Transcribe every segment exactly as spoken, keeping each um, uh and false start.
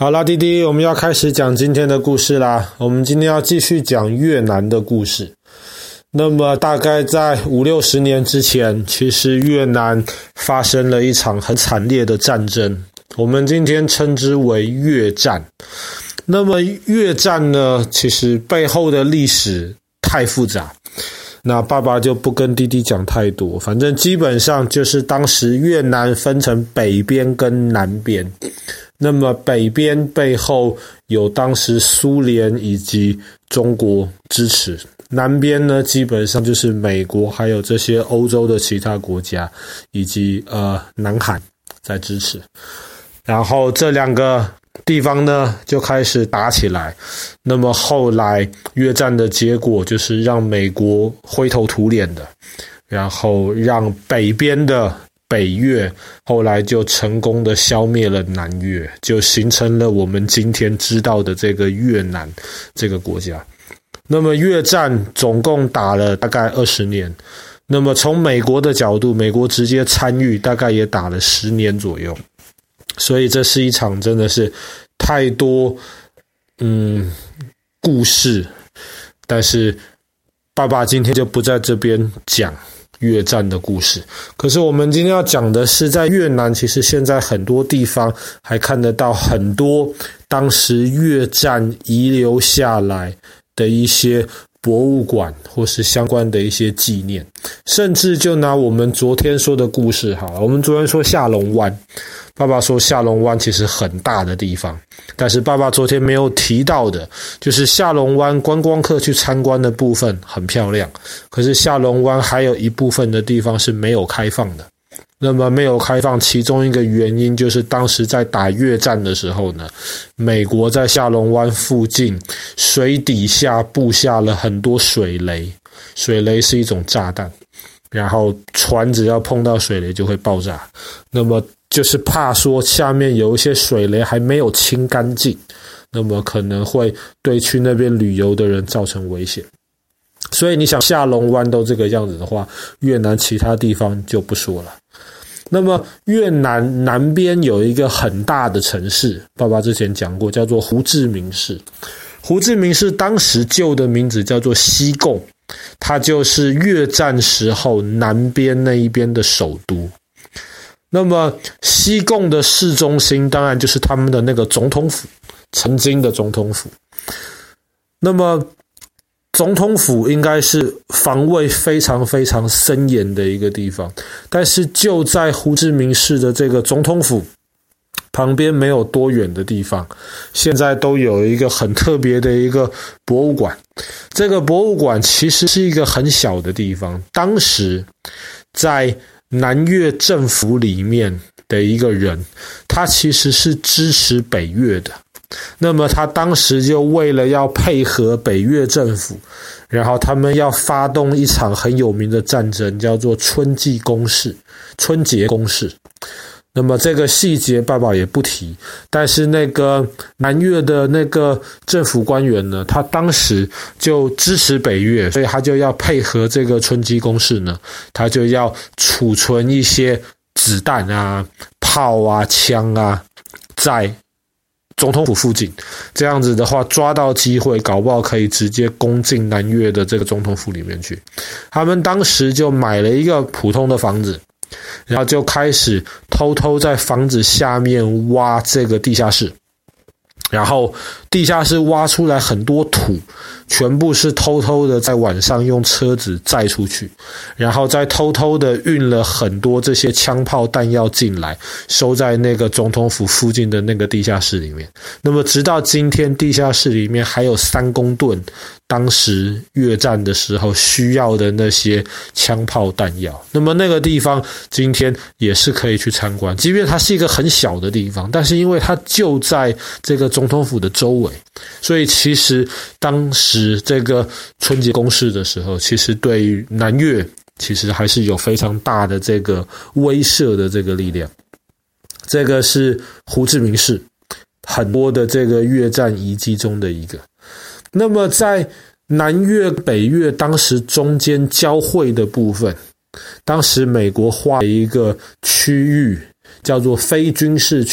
好啦，弟弟，我们要开始讲今天的故事啦。我们今天要继续讲越南的故事。那么大概在五六十年之前，其实越南发生了一场很惨烈的战争，我们今天称之为越战。那么越战呢，其实背后的历史太复杂，那爸爸就不跟弟弟讲太多，反正基本上就是当时越南分成北边跟南边。那么北边背后有当时苏联以及中国支持，南边呢基本上就是美国还有这些欧洲的其他国家以及呃南韩在支持。然后这两个地方呢就开始打起来。那么后来越战的结果就是让美国灰头土脸的，然后让北边的北越后来就成功的消灭了南越，就形成了我们今天知道的这个越南这个国家。那么越战总共打了大概二十年，那么从美国的角度，美国直接参与大概也打了十年左右，所以这是一场真的是太多嗯故事，但是爸爸今天就不在这边讲越战的故事。可是我们今天要讲的是，在越南其实现在很多地方还看得到很多当时越战遗留下来的一些博物馆或是相关的一些纪念。甚至就拿我们昨天说的故事好了，我们昨天说下龙湾，爸爸说下龙湾其实很大的地方，但是爸爸昨天没有提到的就是下龙湾观光客去参观的部分很漂亮，可是下龙湾还有一部分的地方是没有开放的。那么没有开放，其中一个原因就是当时在打越战的时候呢，美国在下龙湾附近水底下布下了很多水雷，水雷是一种炸弹，然后船只要碰到水雷就会爆炸，那么就是怕说下面有一些水雷还没有清干净，那么可能会对去那边旅游的人造成危险。所以你想下龙湾都这个样子的话，越南其他地方就不说了。那么越南南边有一个很大的城市，爸爸之前讲过，叫做胡志明市。胡志明市当时旧的名字叫做西贡，它就是越战时候南边那一边的首都。那么西贡的市中心当然就是他们的那个总统府，曾经的总统府。那么总统府应该是防卫非常非常森严的一个地方，但是就在胡志明市的这个总统府旁边没有多远的地方，现在都有一个很特别的一个博物馆。这个博物馆其实是一个很小的地方，当时在南越政府里面的一个人，他其实是支持北越的。那么他当时就为了要配合北越政府，然后他们要发动一场很有名的战争，叫做春季攻势，春节攻势。那么这个细节爸爸也不提，但是那个南越的那个政府官员呢，他当时就支持北越，所以他就要配合这个春季攻势呢，他就要储存一些子弹啊、炮啊、枪啊在总统府附近，这样子的话抓到机会搞不好可以直接攻进南越的这个总统府里面去。他们当时就买了一个普通的房子，然后就开始偷偷在房子下面挖这个地下室，然后地下室挖出来很多土，全部是偷偷的在晚上用车子载出去，然后再偷偷的运了很多这些枪炮弹药进来，收在那个总统府附近的那个地下室里面。那么直到今天，地下室里面还有三公吨当时越战的时候需要的那些枪炮弹药。那么那个地方今天也是可以去参观，即便它是一个很小的地方，但是因为它就在这个总统府的周围，所以其实当时这个春节攻势的时候，其实对于南越其实还是有非常大的这个威慑的这个力量。这个是胡志明市很多的这个越战遗迹中的一个。那么在南越北越当时中间交汇的部分，当时美国划了一个区域叫做非军事区。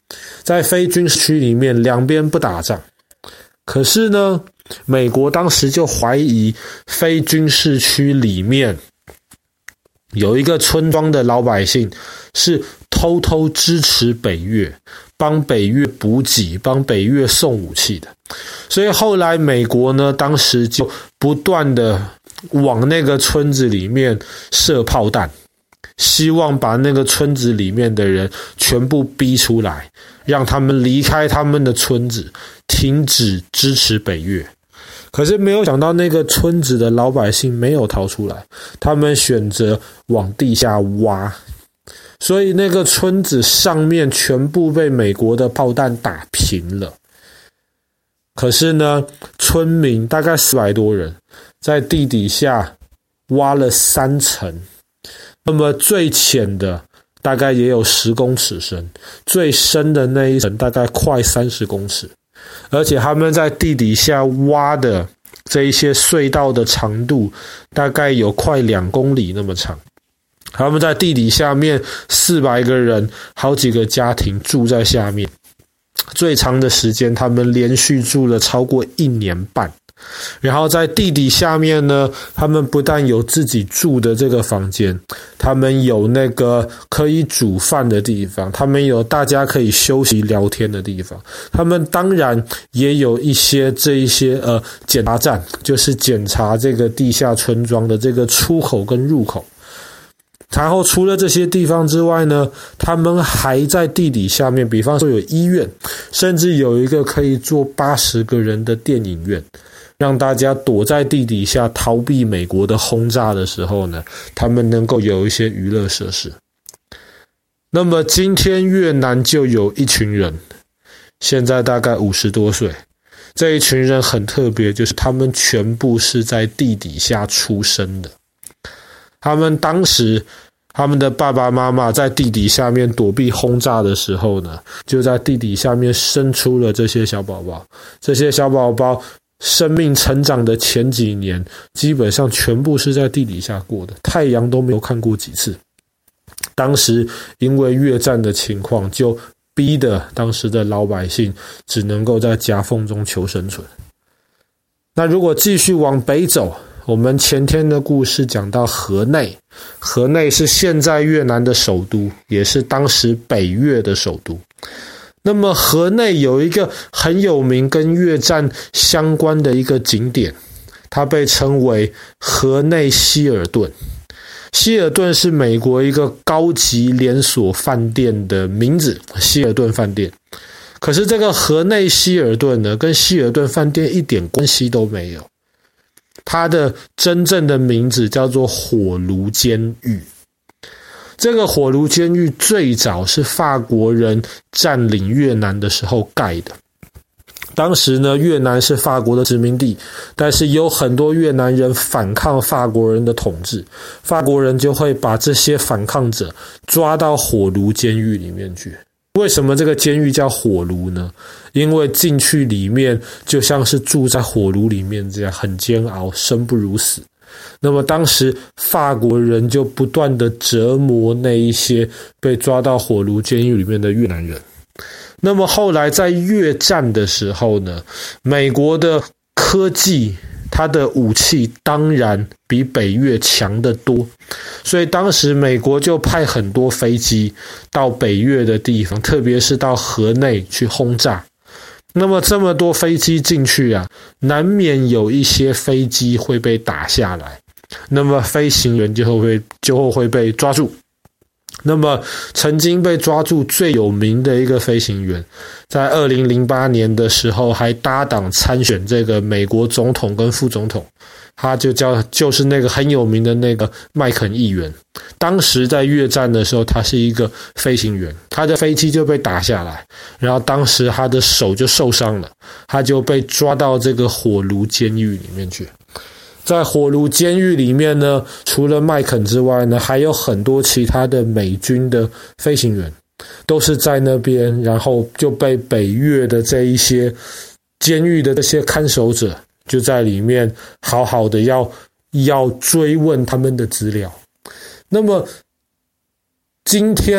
在非军事区里面两边不打仗。可是呢，美国当时就怀疑非军事区里面有一个村庄的老百姓是偷偷支持北越，帮北越补给，帮北越送武器的。所以后来美国呢，当时就不断的往那个村子里面射炮弹，希望把那个村子里面的人全部逼出来，让他们离开他们的村子，停止支持北越。可是没有想到那个村子的老百姓没有逃出来，他们选择往地下挖，所以那个村子上面全部被美国的炮弹打平了。可是呢，村民大概四百多人在地底下挖了三层，那么最浅的大概也有十公尺深，最深的那一层大概快三十公尺。而且他们在地底下挖的这一些隧道的长度大概有快两公里那么长。他们在地底下面四百个人，好几个家庭住在下面。最长的时间他们连续住了超过一年半。然后在地底下面呢，他们不但有自己住的这个房间，他们有那个可以煮饭的地方，他们有大家可以休息聊天的地方，他们当然也有一些这一些呃检查站，就是检查这个地下村庄的这个出口跟入口。然后除了这些地方之外呢，他们还在地底下面，比方说有医院，甚至有一个可以坐八十个人的电影院，让大家躲在地底下逃避美国的轰炸的时候呢，他们能够有一些娱乐设施。那么今天越南就有一群人，现在大概五十多岁，这一群人很特别，就是他们全部是在地底下出生的。他们当时他们的爸爸妈妈在地底下面躲避轰炸的时候呢，就在地底下面生出了这些小宝宝。这些小宝宝生命成长的前几年基本上全部是在地底下过的，太阳都没有看过几次。当时因为越战的情况，就逼得当时的老百姓只能够在夹缝中求生存。那如果继续往北走，我们前天的故事讲到河内，河内是现在越南的首都，也是当时北越的首都。那么河内有一个很有名跟越战相关的一个景点，它被称为河内希尔顿。希尔顿是美国一个高级连锁饭店的名字，希尔顿饭店。可是这个河内希尔顿呢，跟希尔顿饭店一点关系都没有。它的真正的名字叫做火炉监狱。这个火炉监狱最早是法国人占领越南的时候盖的。当时呢，越南是法国的殖民地，但是有很多越南人反抗法国人的统治，法国人就会把这些反抗者抓到火炉监狱里面去。为什么这个监狱叫火炉呢？因为进去里面就像是住在火炉里面这样，很煎熬，生不如死。那么当时法国人就不断的折磨那一些被抓到火炉监狱里面的越南人。那么后来在越战的时候呢，美国的科技，它的武器当然比北越强得多，所以当时美国就派很多飞机到北越的地方，特别是到河内去轰炸。那么这么多飞机进去啊，难免有一些飞机会被打下来，那么飞行员就会就会被抓住。那么曾经被抓住最有名的一个飞行员，在二零零八年的时候还搭档参选这个美国总统跟副总统，他就叫就是那个很有名的那个麦肯议员。当时在越战的时候，他是一个飞行员，他的飞机就被打下来，然后当时他的手就受伤了，他就被抓到这个火炉监狱里面去。在火炉监狱里面呢，除了麦肯之外呢，还有很多其他的美军的飞行员，都是在那边，然后就被北越的这一些监狱的这些看守者就在里面好好的要要追问他们的资料。那么今天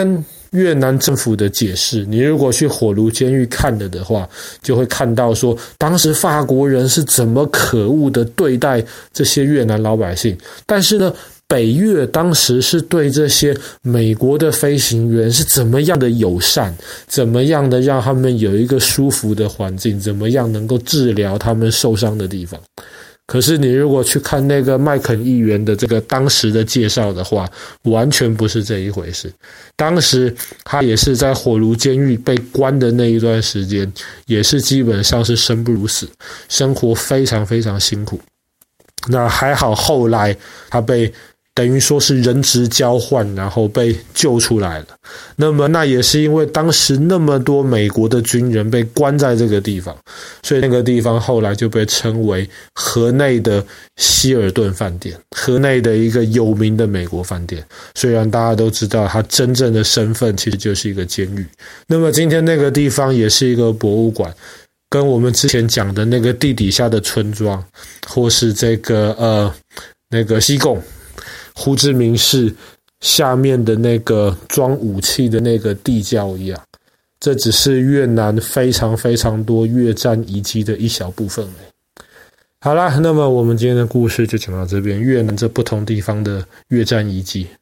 越南政府的解释，你如果去火炉监狱看了的话，就会看到说当时法国人是怎么可恶的对待这些越南老百姓，但是呢北越当时是对这些美国的飞行员是怎么样的友善，怎么样的让他们有一个舒服的环境，怎么样能够治疗他们受伤的地方。可是你如果去看那个麦肯议员的这个当时的介绍的话，完全不是这一回事。当时他也是在火炉监狱被关的那一段时间，也是基本上是生不如死，生活非常非常辛苦。那还好后来他被等于说是人质交换，然后被救出来了。那么那也是因为当时那么多美国的军人被关在这个地方，所以那个地方后来就被称为河内的希尔顿饭店，河内的一个有名的美国饭店。虽然大家都知道它真正的身份其实就是一个监狱。那么今天那个地方也是一个博物馆，跟我们之前讲的那个地底下的村庄，或是这个呃那个西贡胡志明市下面的那个装武器的那个地窖一样，这只是越南非常非常多越战遗迹的一小部分而已。好啦，那么我们今天的故事就讲到这边，越南这不同地方的越战遗迹。